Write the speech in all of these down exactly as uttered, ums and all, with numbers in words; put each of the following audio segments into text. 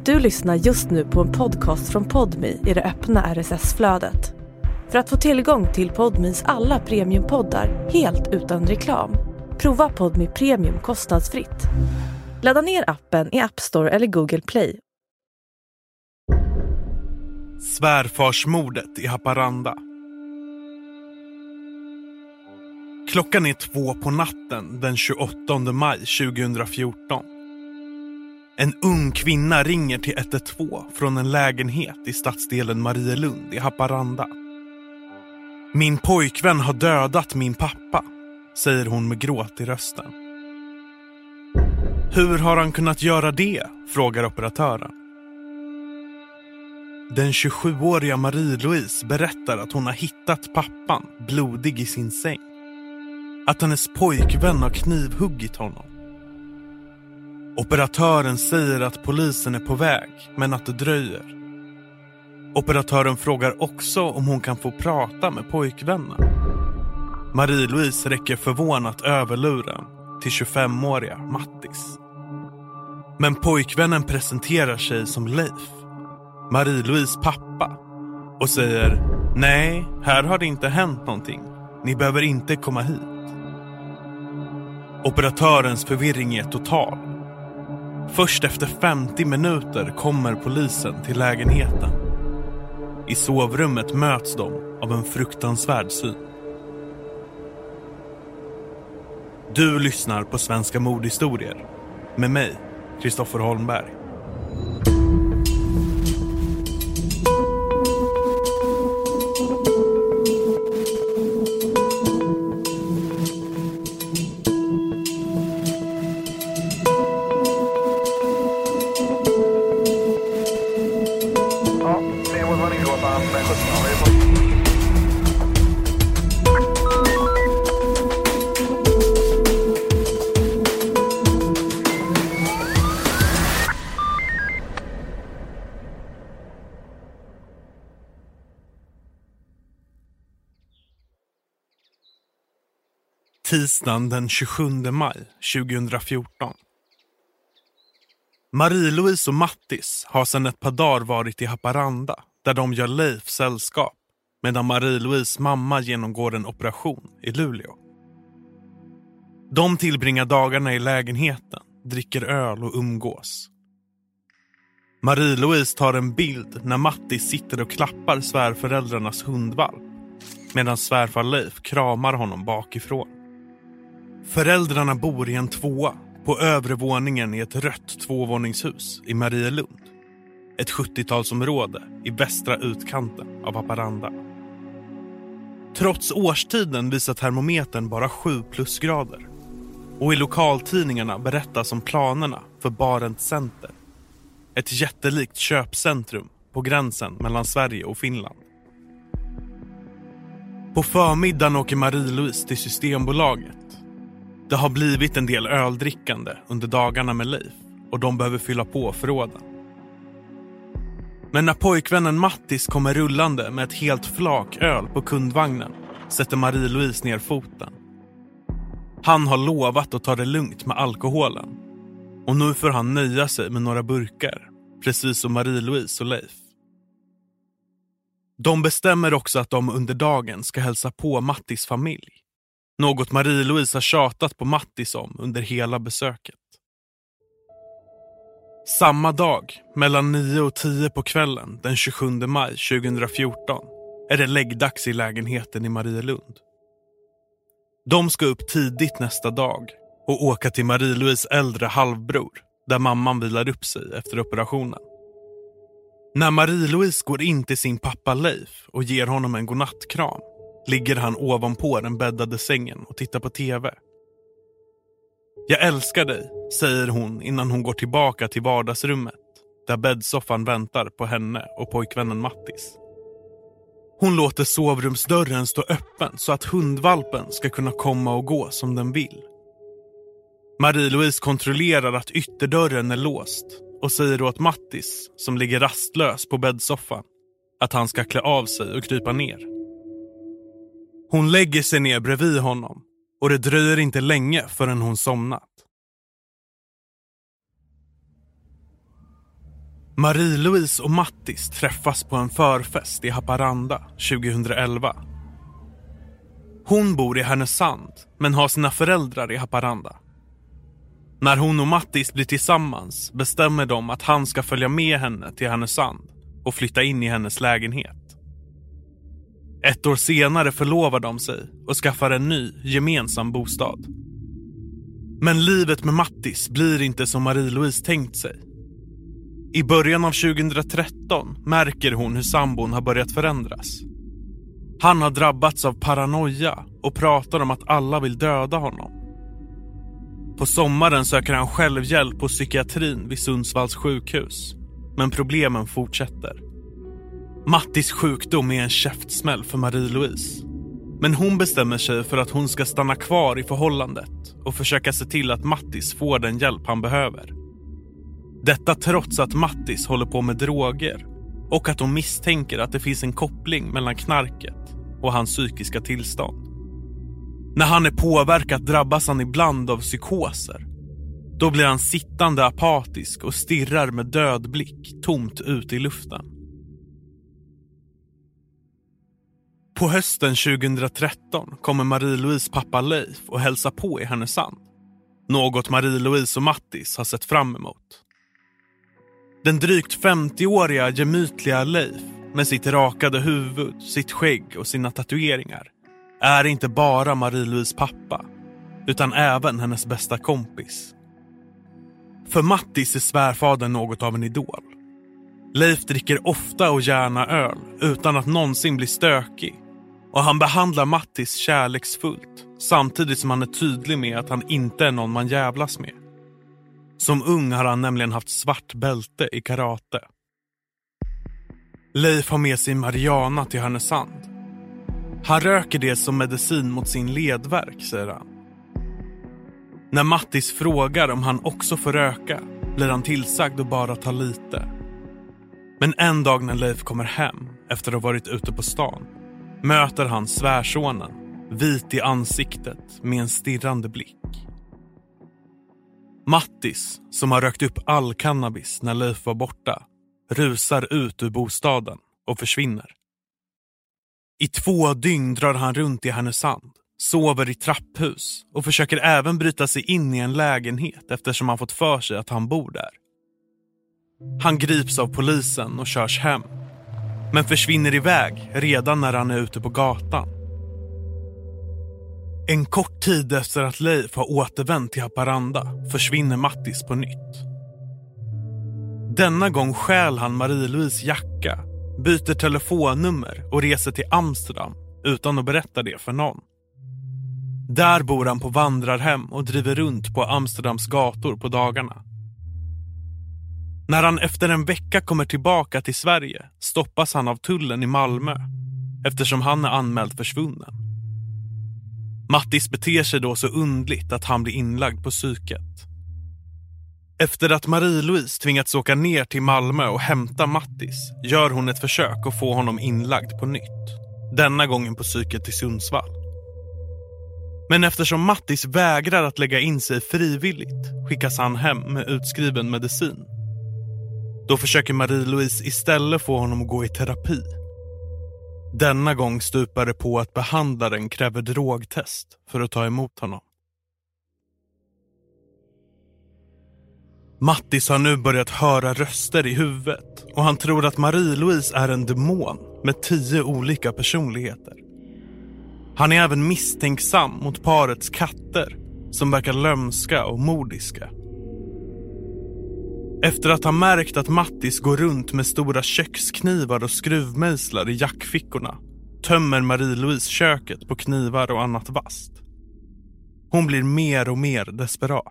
Du lyssnar just nu på en podcast från Podmi i det öppna R S S-flödet. För att få tillgång till Podmis alla premiumpoddar helt utan reklam, prova Podmi Premium kostnadsfritt. Ladda ner appen i App Store eller Google Play. Svärfarsmordet i Haparanda. Klockan är två på natten den tjugoåttonde maj tjugohundrafjorton. En ung kvinna ringer till ett ett två från en lägenhet i stadsdelen Marielund i Haparanda. Min pojkvän har dödat min pappa, säger hon med gråt i rösten. Hur har han kunnat göra det? Frågar operatören. Den tjugosjuåriga Marie-Louise berättar att hon har hittat pappan blodig i sin säng. Att hennes pojkvän har knivhuggit honom. Operatören säger att polisen är på väg, men att det dröjer. Operatören frågar också om hon kan få prata med pojkvännen. Marie-Louise räcker förvånat över luren till tjugofemåriga Mattis. Men pojkvännen presenterar sig som Leif, Marie-Louise pappa, och säger: nej, här har det inte hänt någonting. Ni behöver inte komma hit. Operatörens förvirring är total. Först efter femtio minuter kommer polisen till lägenheten. I sovrummet möts de av en fruktansvärd syn. Du lyssnar på Svenska mordhistorier med mig, Kristoffer Holmberg. Tisdagen den tjugosjunde maj tjugohundrafjorton. Marie-Louise och Mattis har sedan ett par dagar varit i Haparanda, där de gör Leif sällskap, medan Marie-Louise mamma genomgår en operation i Luleå. De tillbringar dagarna i lägenheten, dricker öl och umgås. Marie-Louise tar en bild när Mattis sitter och klappar svärföräldrarnas hundvalp, medan svärfar Leif kramar honom bakifrån. Föräldrarna bor i en tvåa på övre våningen i ett rött tvåvåningshus i Marielund. Ett sjuttiotalsområde i västra utkanten av Haparanda. Trots årstiden visar termometern bara sju plusgrader. Och i lokaltidningarna berättas om planerna för Barents Center. Ett jättelikt köpcentrum på gränsen mellan Sverige och Finland. På förmiddagen åker Marie-Louise till Systembolaget. Det har blivit en del öldrickande under dagarna med Leif och de behöver fylla på förråden. Men när pojkvännen Mattis kommer rullande med ett helt flak öl på kundvagnen sätter Marie-Louise ner foten. Han har lovat att ta det lugnt med alkoholen och nu får han nöja sig med några burkar, precis som Marie-Louise och Leif. De bestämmer också att de under dagen ska hälsa på Mattis familj. Något Marie-Louise har tjatat på Mattis om under hela besöket. Samma dag, mellan nio och tio på kvällen den tjugosjunde maj tjugohundrafjorton, är det läggdags i lägenheten i Marielund. De ska upp tidigt nästa dag och åka till Marie-Louise äldre halvbror, där mamman vilar upp sig efter operationen. När Marie-Louise går in till sin pappa Leif och ger honom en godnattkram, ligger han ovanpå den bäddade sängen och tittar på tv. Jag älskar dig, säger hon innan hon går tillbaka till vardagsrummet, där bäddsoffan väntar på henne och pojkvännen Mattis. Hon låter sovrumsdörren stå öppen så att hundvalpen ska kunna komma och gå som den vill. Marie-Louise kontrollerar att ytterdörren är låst och säger åt Mattis, som ligger rastlös på bäddsoffan, att han ska klä av sig och krypa ner. Hon lägger sig ner bredvid honom och det dröjer inte länge förrän hon somnat. Marie-Louise och Mattis träffas på en förfest i Haparanda tjugohundraelva. Hon bor i Härnösand men har sina föräldrar i Haparanda. När hon och Mattis blir tillsammans bestämmer de att han ska följa med henne till Härnösand och flytta in i hennes lägenhet. Ett år senare förlovar de sig och skaffar en ny gemensam bostad. Men livet med Mattis blir inte som Marie-Louise tänkt sig. I början av tjugohundratretton märker hon hur sambon har börjat förändras. Han har drabbats av paranoia och pratar om att alla vill döda honom. På sommaren söker han själv hjälp på psykiatrin vid Sundsvalls sjukhus. Men problemen fortsätter. Mattis sjukdom är en käftsmäll för Marie-Louise. Men hon bestämmer sig för att hon ska stanna kvar i förhållandet och försöka se till att Mattis får den hjälp han behöver. Detta trots att Mattis håller på med droger och att hon misstänker att det finns en koppling mellan knarket och hans psykiska tillstånd. När han är påverkad drabbas han ibland av psykoser. Då blir han sittande apatisk och stirrar med död blick tomt ut i luften. På hösten tjugohundratretton kommer Marie-Louise pappa Leif och hälsa på i Härnösand. Något Marie-Louise och Mattis har sett fram emot. Den drygt femtioåriga gemytliga Leif med sitt rakade huvud, sitt skägg och sina tatueringar är inte bara Marie-Louise pappa utan även hennes bästa kompis. För Mattis är svärfadern något av en idol. Leif dricker ofta och gärna öl utan att någonsin bli stökig och han behandlar Mattis kärleksfullt samtidigt som han är tydlig med att han inte är någon man jävlas med. Som ung har han nämligen haft svart bälte i karate. Leif har med sig marijuana till Härnösand. Han röker det som medicin mot sin ledvärk, säger han. När Mattis frågar om han också får röka blir han tillsagd att bara ta lite. Men en dag när Leif kommer hem efter att ha varit ute på stan möter han svärsonen, vit i ansiktet med en stirrande blick. Mattis, som har rökt upp all cannabis när Leif var borta, rusar ut ur bostaden och försvinner. I två dygn drar han runt i Härnösand, sover i trapphus och försöker även bryta sig in i en lägenhet eftersom han fått för sig att han bor där. Han grips av polisen och körs hem, men försvinner iväg redan när han är ute på gatan. En kort tid efter att Leif har återvänt till Haparanda försvinner Mattis på nytt. Denna gång stjäl han Marie-Louise jacka, byter telefonnummer och reser till Amsterdam utan att berätta det för någon. Där bor han på vandrarhem och driver runt på Amsterdams gator på dagarna. När han efter en vecka kommer tillbaka till Sverige stoppas han av tullen i Malmö eftersom han är anmäld försvunnen. Mattis beter sig då så undligt att han blir inlagd på psyket. Efter att Marie-Louise tvingats åka ner till Malmö och hämta Mattis gör hon ett försök att få honom inlagd på nytt. Denna gången på psyket i Sundsvall. Men eftersom Mattis vägrar att lägga in sig frivilligt skickas han hem med utskriven medicin. Då försöker Marie-Louise istället få honom att gå i terapi. Denna gång stupar det på att behandlaren kräver drogtest för att ta emot honom. Mattis har nu börjat höra röster i huvudet och han tror att Marie-Louise är en demon med tio olika personligheter. Han är även misstänksam mot parets katter som verkar lömska och modiska. Efter att ha märkt att Mattis går runt med stora köksknivar och skruvmejslar i jackfickorna tömmer Marie-Louise köket på knivar och annat vasst. Hon blir mer och mer desperat.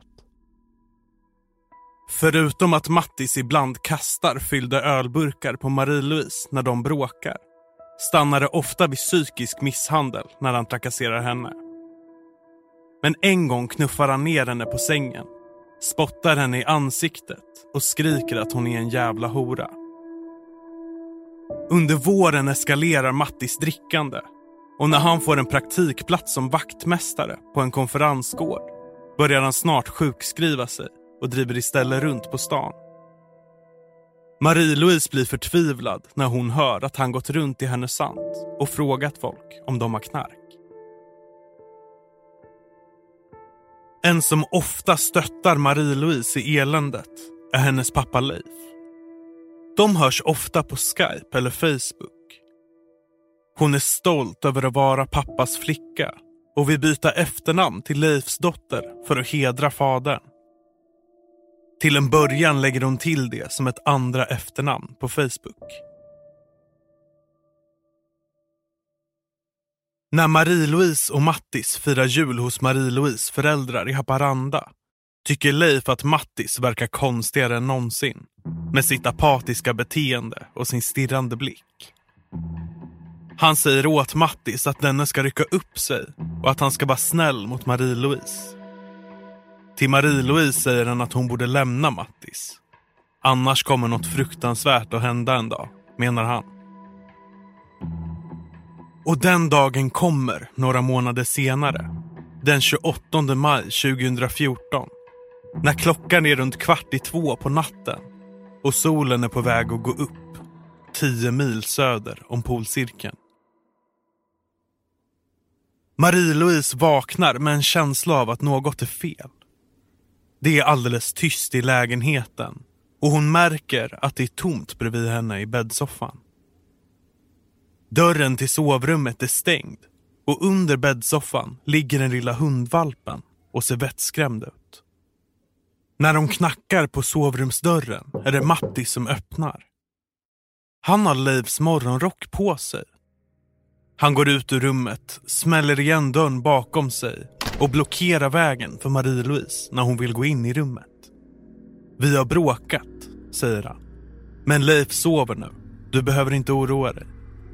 Förutom att Mattis ibland kastar fyllda ölburkar på Marie-Louise när de bråkar stannar det ofta vid psykisk misshandel när han trakasserar henne. Men en gång knuffar han ner henne på sängen, spottar henne i ansiktet och skriker att hon är en jävla hora. Under våren eskalerar Mattis drickande och när han får en praktikplats som vaktmästare på en konferensgård börjar han snart sjukskriva sig och driver istället runt på stan. Marie-Louise blir förtvivlad när hon hör att han gått runt i Härnösand och frågat folk om de har knark. En som ofta stöttar Marie-Louise i eländet är hennes pappa Leif. De hörs ofta på Skype eller Facebook. Hon är stolt över att vara pappas flicka och vill byta efternamn till Leifs dotter för att hedra fadern. Till en början lägger hon till det som ett andra efternamn på Facebook. När Marie-Louise och Mattis firar jul hos Marie-Louise föräldrar i Haparanda tycker Leif att Mattis verkar konstigare än någonsin med sitt apatiska beteende och sin stirrande blick. Han säger åt Mattis att denne ska rycka upp sig och att han ska vara snäll mot Marie-Louise. Till Marie-Louise säger han att hon borde lämna Mattis. Annars kommer något fruktansvärt att hända en dag, menar han. Och den dagen kommer några månader senare, den tjugoåttonde maj tjugohundrafjorton, när klockan är runt kvart i två på natten och solen är på väg att gå upp, tio mil söder om polcirkeln. Marie-Louise vaknar med en känsla av att något är fel. Det är alldeles tyst i lägenheten och hon märker att det är tomt bredvid henne i bäddsoffan. Dörren till sovrummet är stängd och under bäddsoffan ligger den lilla hundvalpen och ser vettskrämd ut. När de knackar på sovrumsdörren är det Matti som öppnar. Han har Leifs morgonrock på sig. Han går ut ur rummet, smäller igen dörren bakom sig och blockerar vägen för Marie-Louise när hon vill gå in i rummet. Vi har bråkat, säger han. Men Leif sover nu. Du behöver inte oroa dig.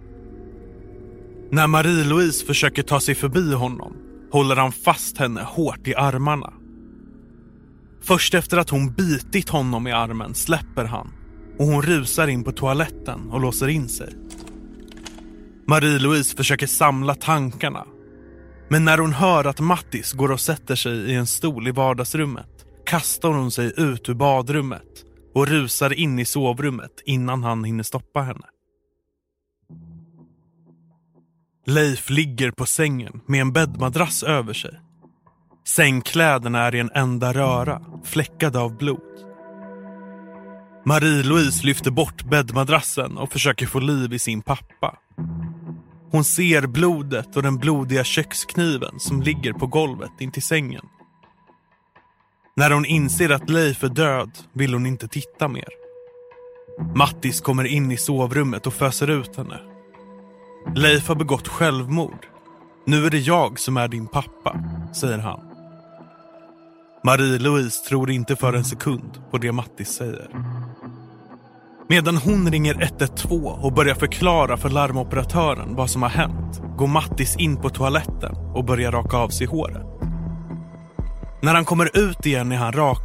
När Marie-Louise försöker ta sig förbi honom håller han fast henne hårt i armarna. Först efter att hon bitit honom i armen släpper han och hon rusar in på toaletten och låser in sig. Marie-Louise försöker samla tankarna. Men när hon hör att Mattis går och sätter sig i en stol i vardagsrummet kastar hon sig ut ur badrummet och rusar in i sovrummet innan han hinner stoppa henne. Leif ligger på sängen med en bäddmadrass över sig. Sängkläderna är i en enda röra, fläckade av blod. Marie-Louise lyfter bort bäddmadrassen och försöker få liv i sin pappa. Hon ser blodet och den blodiga kökskniven som ligger på golvet intill sängen. När hon inser att Leif är död vill hon inte titta mer. Mattis kommer in i sovrummet och föser ut henne. Leif har begått självmord. Nu är det jag som är din pappa, säger han. Marie-Louise tror inte för en sekund på det Mattis säger. Medan hon ringer ett ett två och börjar förklara för larmoperatören vad som har hänt går Mattis in på toaletten och börjar raka av sig håret. När han kommer ut igen är han rak.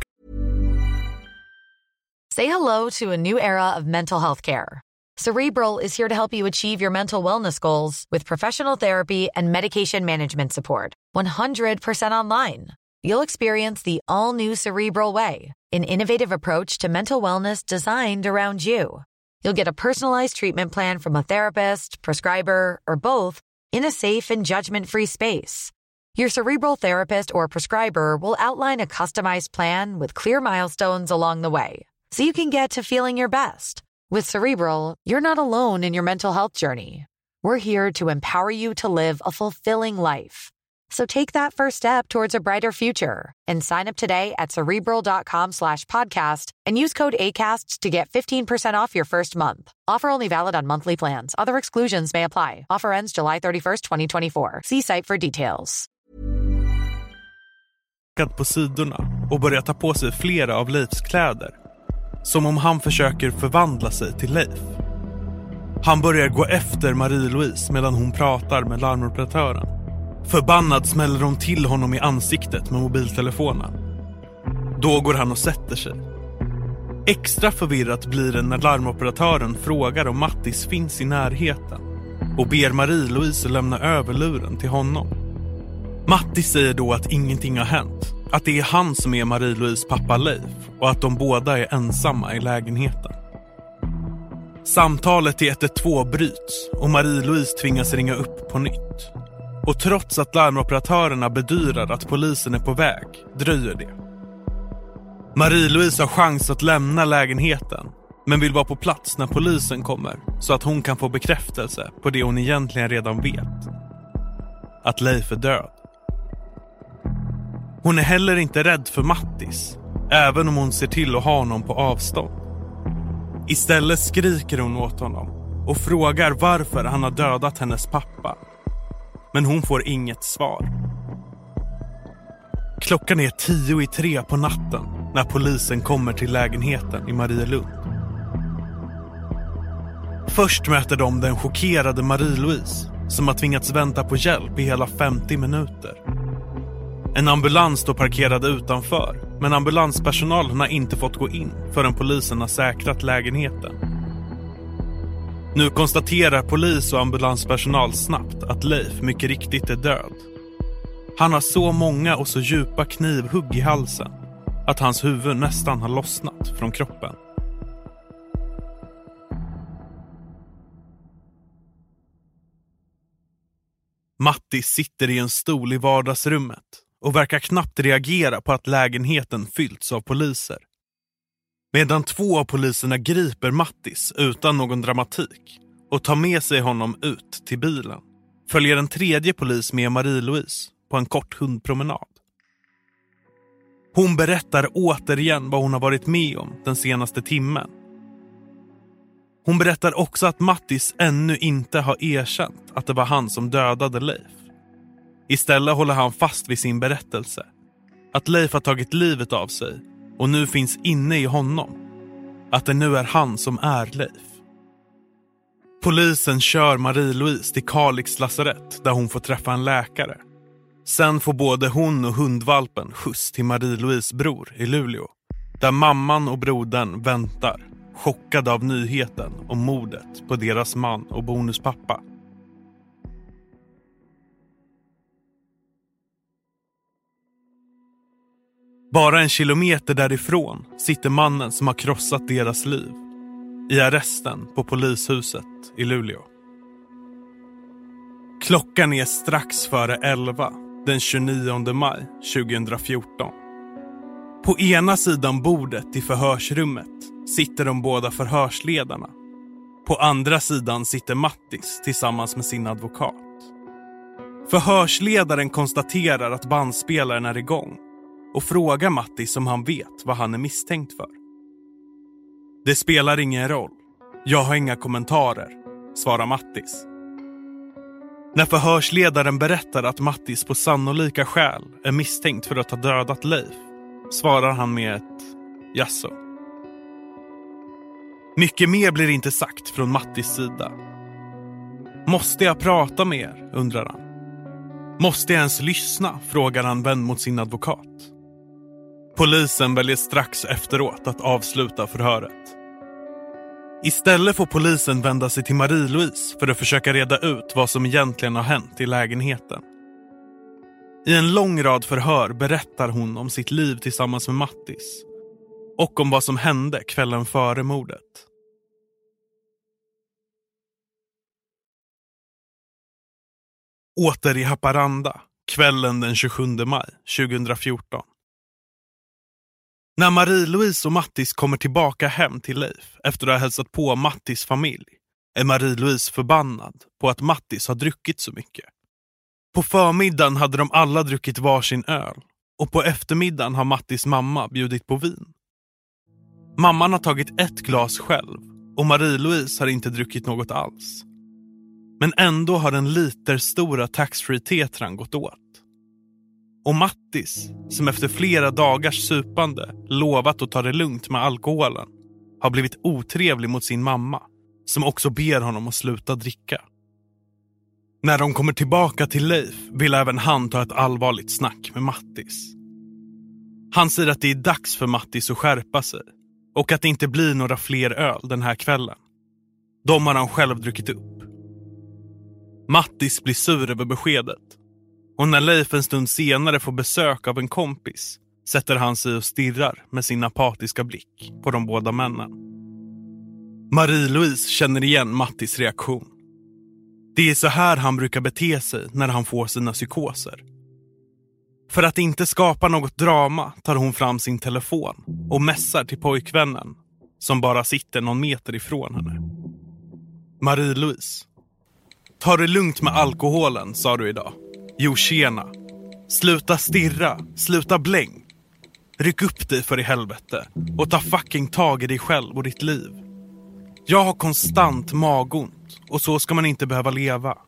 Say hello to a new era of mental health care. Cerebral is here to help you achieve your mental wellness goals with professional therapy and medication management support. one hundred percent online. You'll experience the all-new Cerebral Way, an innovative approach to mental wellness designed around you. You'll get a personalized treatment plan from a therapist, prescriber, or both in a safe and judgment-free space. Your Cerebral therapist or prescriber will outline a customized plan with clear milestones along the way, so you can get to feeling your best. With Cerebral, you're not alone in your mental health journey. We're here to empower you to live a fulfilling life. So take that first step towards a brighter future and sign up today at Cerebral.com slash podcast and use code ACAST to get fifteen percent off your first month. Offer only valid on monthly plans. Other exclusions may apply. Offer ends July thirty-first, twenty twenty-four. See site for details. På sidorna och börjar ta på sig flera av Leifs kläder. Som om han försöker förvandla sig till Leif. Han börjar gå efter Marie-Louise medan hon pratar med larmoperatören. Förbannad smäller hon till honom i ansiktet med mobiltelefonen. Då går han och sätter sig. Extra förvirrat blir det när larmoperatören frågar om Mattis finns i närheten och ber Marie-Louise lämna över luren till honom. Mattis säger då att ingenting har hänt, att det är han som är Marie-Louise pappa Leif och att de båda är ensamma i lägenheten. Samtalet till ett ett två bryts och Marie-Louise tvingas ringa upp på nytt. Och trots att larmoperatörerna bedyrar att polisen är på väg, dröjer det. Marie-Louise har chans att lämna lägenheten, men vill vara på plats när polisen kommer så att hon kan få bekräftelse på det hon egentligen redan vet. Att Leif är död. Hon är heller inte rädd för Mattis, även om hon ser till att ha honom på avstånd. Istället skriker hon åt honom och frågar varför han har dödat hennes pappa. Men hon får inget svar. Klockan är tio i tre på natten när polisen kommer till lägenheten i Marielund. Först möter de den chockerade Marie-Louise som har tvingats vänta på hjälp i hela femtio minuter. En ambulans står parkerad utanför, men ambulanspersonalen har inte fått gå in förrän polisen har säkrat lägenheten. Nu konstaterar polis och ambulanspersonal snabbt att Leif mycket riktigt är död. Han har så många och så djupa knivhugg i halsen att hans huvud nästan har lossnat från kroppen. Matti sitter i en stol i vardagsrummet och verkar knappt reagera på att lägenheten fyllts av poliser. Medan två av poliserna griper Mattis utan någon dramatik och tar med sig honom ut till bilen, följer en tredje polis med Marie-Louise på en kort hundpromenad. Hon berättar återigen vad hon har varit med om den senaste timmen. Hon berättar också att Mattis ännu inte har erkänt att det var han som dödade Leif. Istället håller han fast vid sin berättelse. Att Leif har tagit livet av sig och nu finns inne i honom. Att det nu är han som är Leif. Polisen kör Marie-Louise till Kalix lasarett där hon får träffa en läkare. Sen får både hon och hundvalpen skjuts till Marie-Louise bror i Luleå. Där mamman och brodern väntar, chockade av nyheten om mordet på deras man och bonuspappa. Bara en kilometer därifrån sitter mannen som har krossat deras liv. I arresten på polishuset i Luleå. Klockan är strax före elva den tjugonionde maj tjugohundrafjorton. På ena sidan bordet i förhörsrummet sitter de båda förhörsledarna. På andra sidan sitter Mattis tillsammans med sin advokat. Förhörsledaren konstaterar att bandspelaren är igång och frågar Mattis om han vet vad han är misstänkt för. Det spelar ingen roll. Jag har inga kommentarer, svarar Mattis. När förhörsledaren berättar att Mattis på sannolika skäl är misstänkt för att ha dödat Leif, svarar han med ett jasså. Mycket mer blir inte sagt från Mattis sida. Måste jag prata med er, undrar han. Måste jag ens lyssna, frågar han vänd mot sin advokat. Polisen väljer strax efteråt att avsluta förhöret. Istället får polisen vända sig till Marie-Louise för att försöka reda ut vad som egentligen har hänt i lägenheten. I en lång rad förhör berättar hon om sitt liv tillsammans med Mattis och om vad som hände kvällen före mordet. Åter i Haparanda, kvällen den tjugosjunde maj tjugohundrafjorton. När Marie-Louise och Mattis kommer tillbaka hem till Leif efter att ha hälsat på Mattis familj är Marie-Louise förbannad på att Mattis har druckit så mycket. På förmiddagen hade de alla druckit varsin öl och på eftermiddagen har Mattis mamma bjudit på vin. Mamman har tagit ett glas själv och Marie-Louise har inte druckit något alls. Men ändå har en liter stora taxfree tetran gått åt. Och Mattis, som efter flera dagars supande lovat att ta det lugnt med alkoholen, har blivit otrevlig mot sin mamma, som också ber honom att sluta dricka. När de kommer tillbaka till Leif vill även han ta ett allvarligt snack med Mattis. Han säger att det är dags för Mattis att skärpa sig och att det inte blir några fler öl den här kvällen. De har han själv druckit upp. Mattis blir sur över beskedet. Och när Leif en stund senare får besök av en kompis sätter han sig och stirrar med sin apatiska blick på de båda männen. Marie-Louise känner igen Mattis reaktion. Det är så här han brukar bete sig när han får sina psykoser. För att inte skapa något drama tar hon fram sin telefon och mässar till pojkvännen som bara sitter någon meter ifrån henne. Marie-Louise. Ta det lugnt med alkoholen, sa du idag. Jo, tjena. Sluta stirra, sluta bläng. Ryck upp dig för i helvete och ta fucking tag i dig själv och ditt liv. Jag har konstant magont och så ska man inte behöva leva.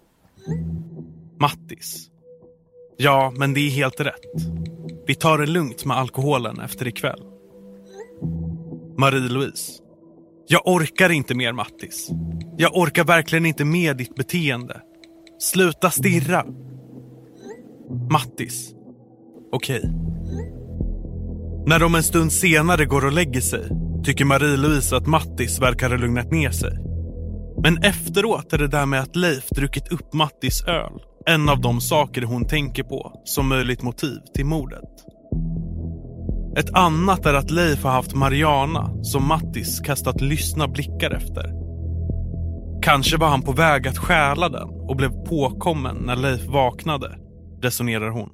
Mattis. Ja, men det är helt rätt. Vi tar det lugnt med alkoholen efter ikväll. Marie-Louise. Jag orkar inte mer, Mattis. Jag orkar verkligen inte med ditt beteende. Sluta stirra. Mattis. Okej. När de en stund senare går och lägger sig tycker Marie-Louise att Mattis verkar ha lugnat ner sig. Men efteråt är det där med att Leif druckit upp Mattis öl en av de saker hon tänker på som möjligt motiv till mordet. Ett annat är att Leif har haft Mariana som Mattis kastat lyssna blickar efter. Kanske var han på väg att stjäla den och blev påkommen när Leif vaknade, resonerar hon.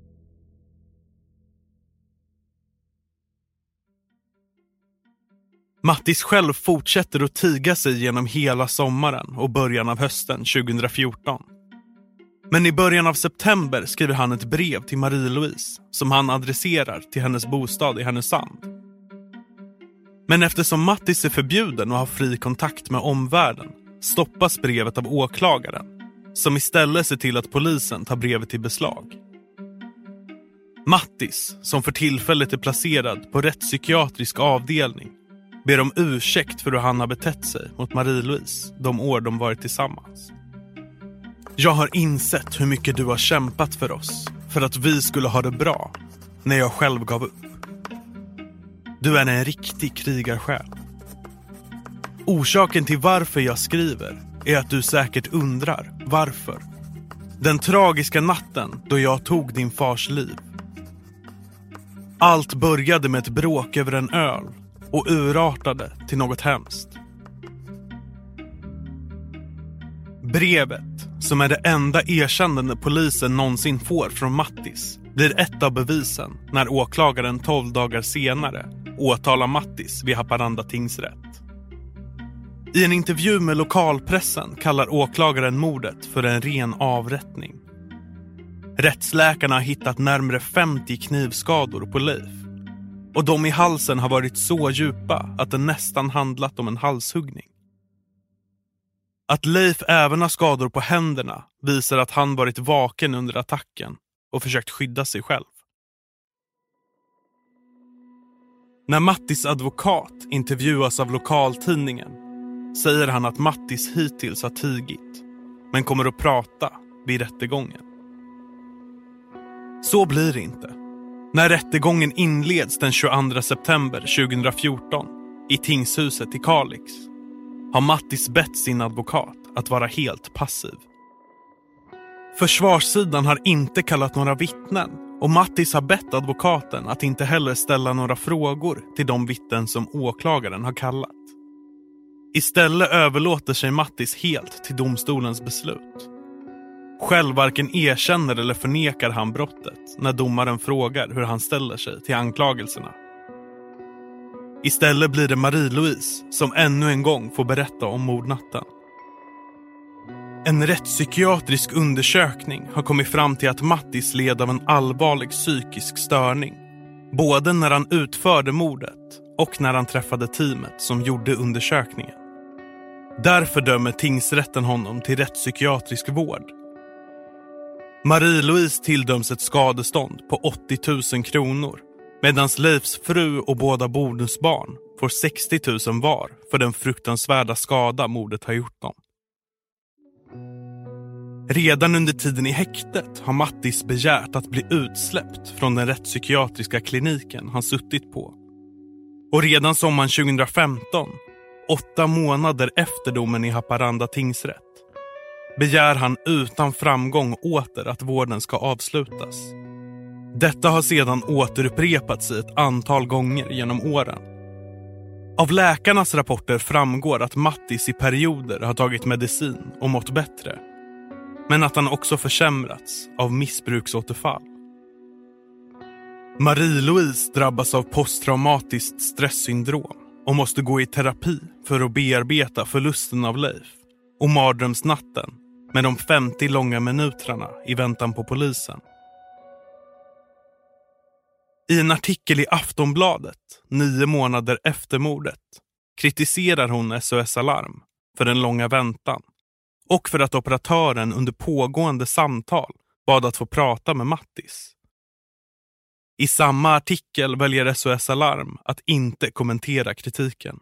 Mattis själv fortsätter att tiga sig genom hela sommaren och början av hösten tjugohundrafjorton. Men i början av september skriver han ett brev till Marie-Louise som han adresserar till hennes bostad i Härnösand. Men eftersom Mattis är förbjuden och har fri kontakt med omvärlden stoppas brevet av åklagaren som istället ser till att polisen tar brevet i beslag. Mattis, som för tillfället är placerad på rättspsykiatrisk avdelning, ber om ursäkt för hur han har betett sig mot Marie-Louise de år de varit tillsammans. Jag har insett hur mycket du har kämpat för oss, för att vi skulle ha det bra, när jag själv gav upp. Du är en riktig krigarsjäl. Orsaken till varför jag skriver är att du säkert undrar varför. Den tragiska natten då jag tog din fars liv. Allt började med ett bråk över en öl och urartade till något hemskt. Brevet, som är det enda erkännande polisen någonsin får från Mattis, blir ett av bevisen när åklagaren tolv dagar senare åtalar Mattis vid Haparanda tingsrätt. I en intervju med lokalpressen kallar åklagaren mordet för en ren avrättning. Rättsläkarna har hittat närmare femtio knivskador på Leif. Och de i halsen har varit så djupa att det nästan handlat om en halshuggning. Att Leif även har skador på händerna visar att han varit vaken under attacken och försökt skydda sig själv. När Mattis advokat intervjuas av lokaltidningen säger han att Mattis hittills har tigit, men kommer att prata vid rättegången. Så blir det inte. När rättegången inleds den tjugoandra september tjugohundrafjorton i tingshuset i Kalix har Mattis bett sin advokat att vara helt passiv. Försvarssidan har inte kallat några vittnen och Mattis har bett advokaten att inte heller ställa några frågor till de vittnen som åklagaren har kallat. Istället överlåter sig Mattis helt till domstolens beslut. Själv varken erkänner eller förnekar han brottet när domaren frågar hur han ställer sig till anklagelserna. Istället blir det Marie-Louise som ännu en gång får berätta om mordnatten. En rättspsykiatrisk undersökning har kommit fram till att Mattis led av en allvarlig psykisk störning, både när han utförde mordet och när han träffade teamet som gjorde undersökningen. Därför dömer tingsrätten honom till rättspsykiatrisk vård. Marie-Louise tilldöms ett skadestånd på åttio tusen kronor, medan Leifs fru och båda bonusbarn får sextio tusen var för den fruktansvärda skada mordet har gjort dem. Redan under tiden i häktet har Mattis begärt att bli utsläppt från den rättspsykiatriska kliniken han suttit på. Och redan sommaren tjugohundrafemton, åtta månader efter domen i Haparanda tingsrätt, begär han utan framgång åter att vården ska avslutas. Detta har sedan återupprepats ett antal gånger genom åren. Av läkarnas rapporter framgår att Mattis i perioder har tagit medicin och mått bättre. Men att han också försämrats av missbruksåterfall. Marie-Louise drabbas av posttraumatiskt stresssyndrom och måste gå i terapi för att bearbeta förlusten av Leif och mardrömsnatten med de femtio långa minuterna i väntan på polisen. I en artikel i Aftonbladet, nio månader efter mordet, kritiserar hon S O S Alarm för den långa väntan och för att operatören under pågående samtal bad att få prata med Mattis. I samma artikel väljer S O S Alarm att inte kommentera kritiken.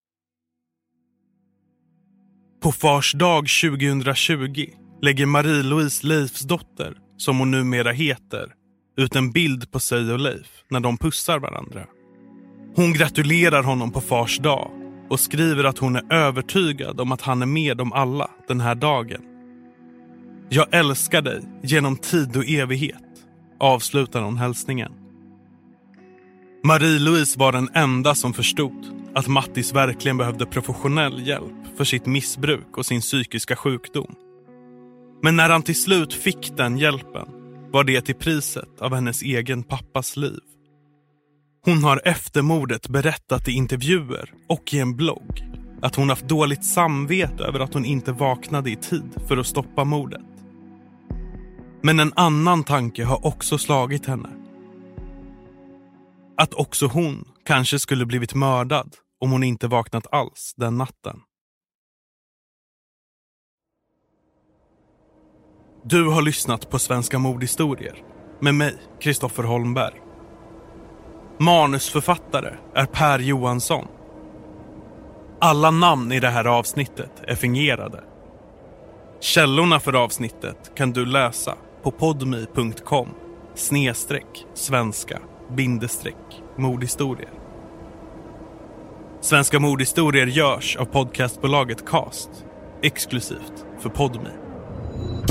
På Fars dag tjugohundratjugo lägger Marie-Louise Leifs dotter, som hon numera heter, ut en bild på sig och Leif när de pussar varandra. Hon gratulerar honom på Fars dag och skriver att hon är övertygad om att han är med om alla den här dagen. Jag älskar dig genom tid och evighet, avslutar hon hälsningen. Marie-Louise var den enda som förstod att Mattis verkligen behövde professionell hjälp för sitt missbruk och sin psykiska sjukdom. Men när han till slut fick den hjälpen var det till priset av hennes egen pappas liv. Hon har efter mordet berättat i intervjuer och i en blogg att hon haft dåligt samvete över att hon inte vaknade i tid för att stoppa mordet. Men en annan tanke har också slagit henne. Att också hon kanske skulle blivit mördad om hon inte vaknat alls den natten. Du har lyssnat på Svenska mordhistorier med mig, Kristoffer Holmberg. Manusförfattare är Per Johansson. Alla namn i det här avsnittet är fingerade. Källorna för avsnittet kan du läsa på podme punkt com snedstreck svenska bindestreck mordhistorier. Svenska mordhistorier görs av podcastbolaget Cast, exklusivt för Podme.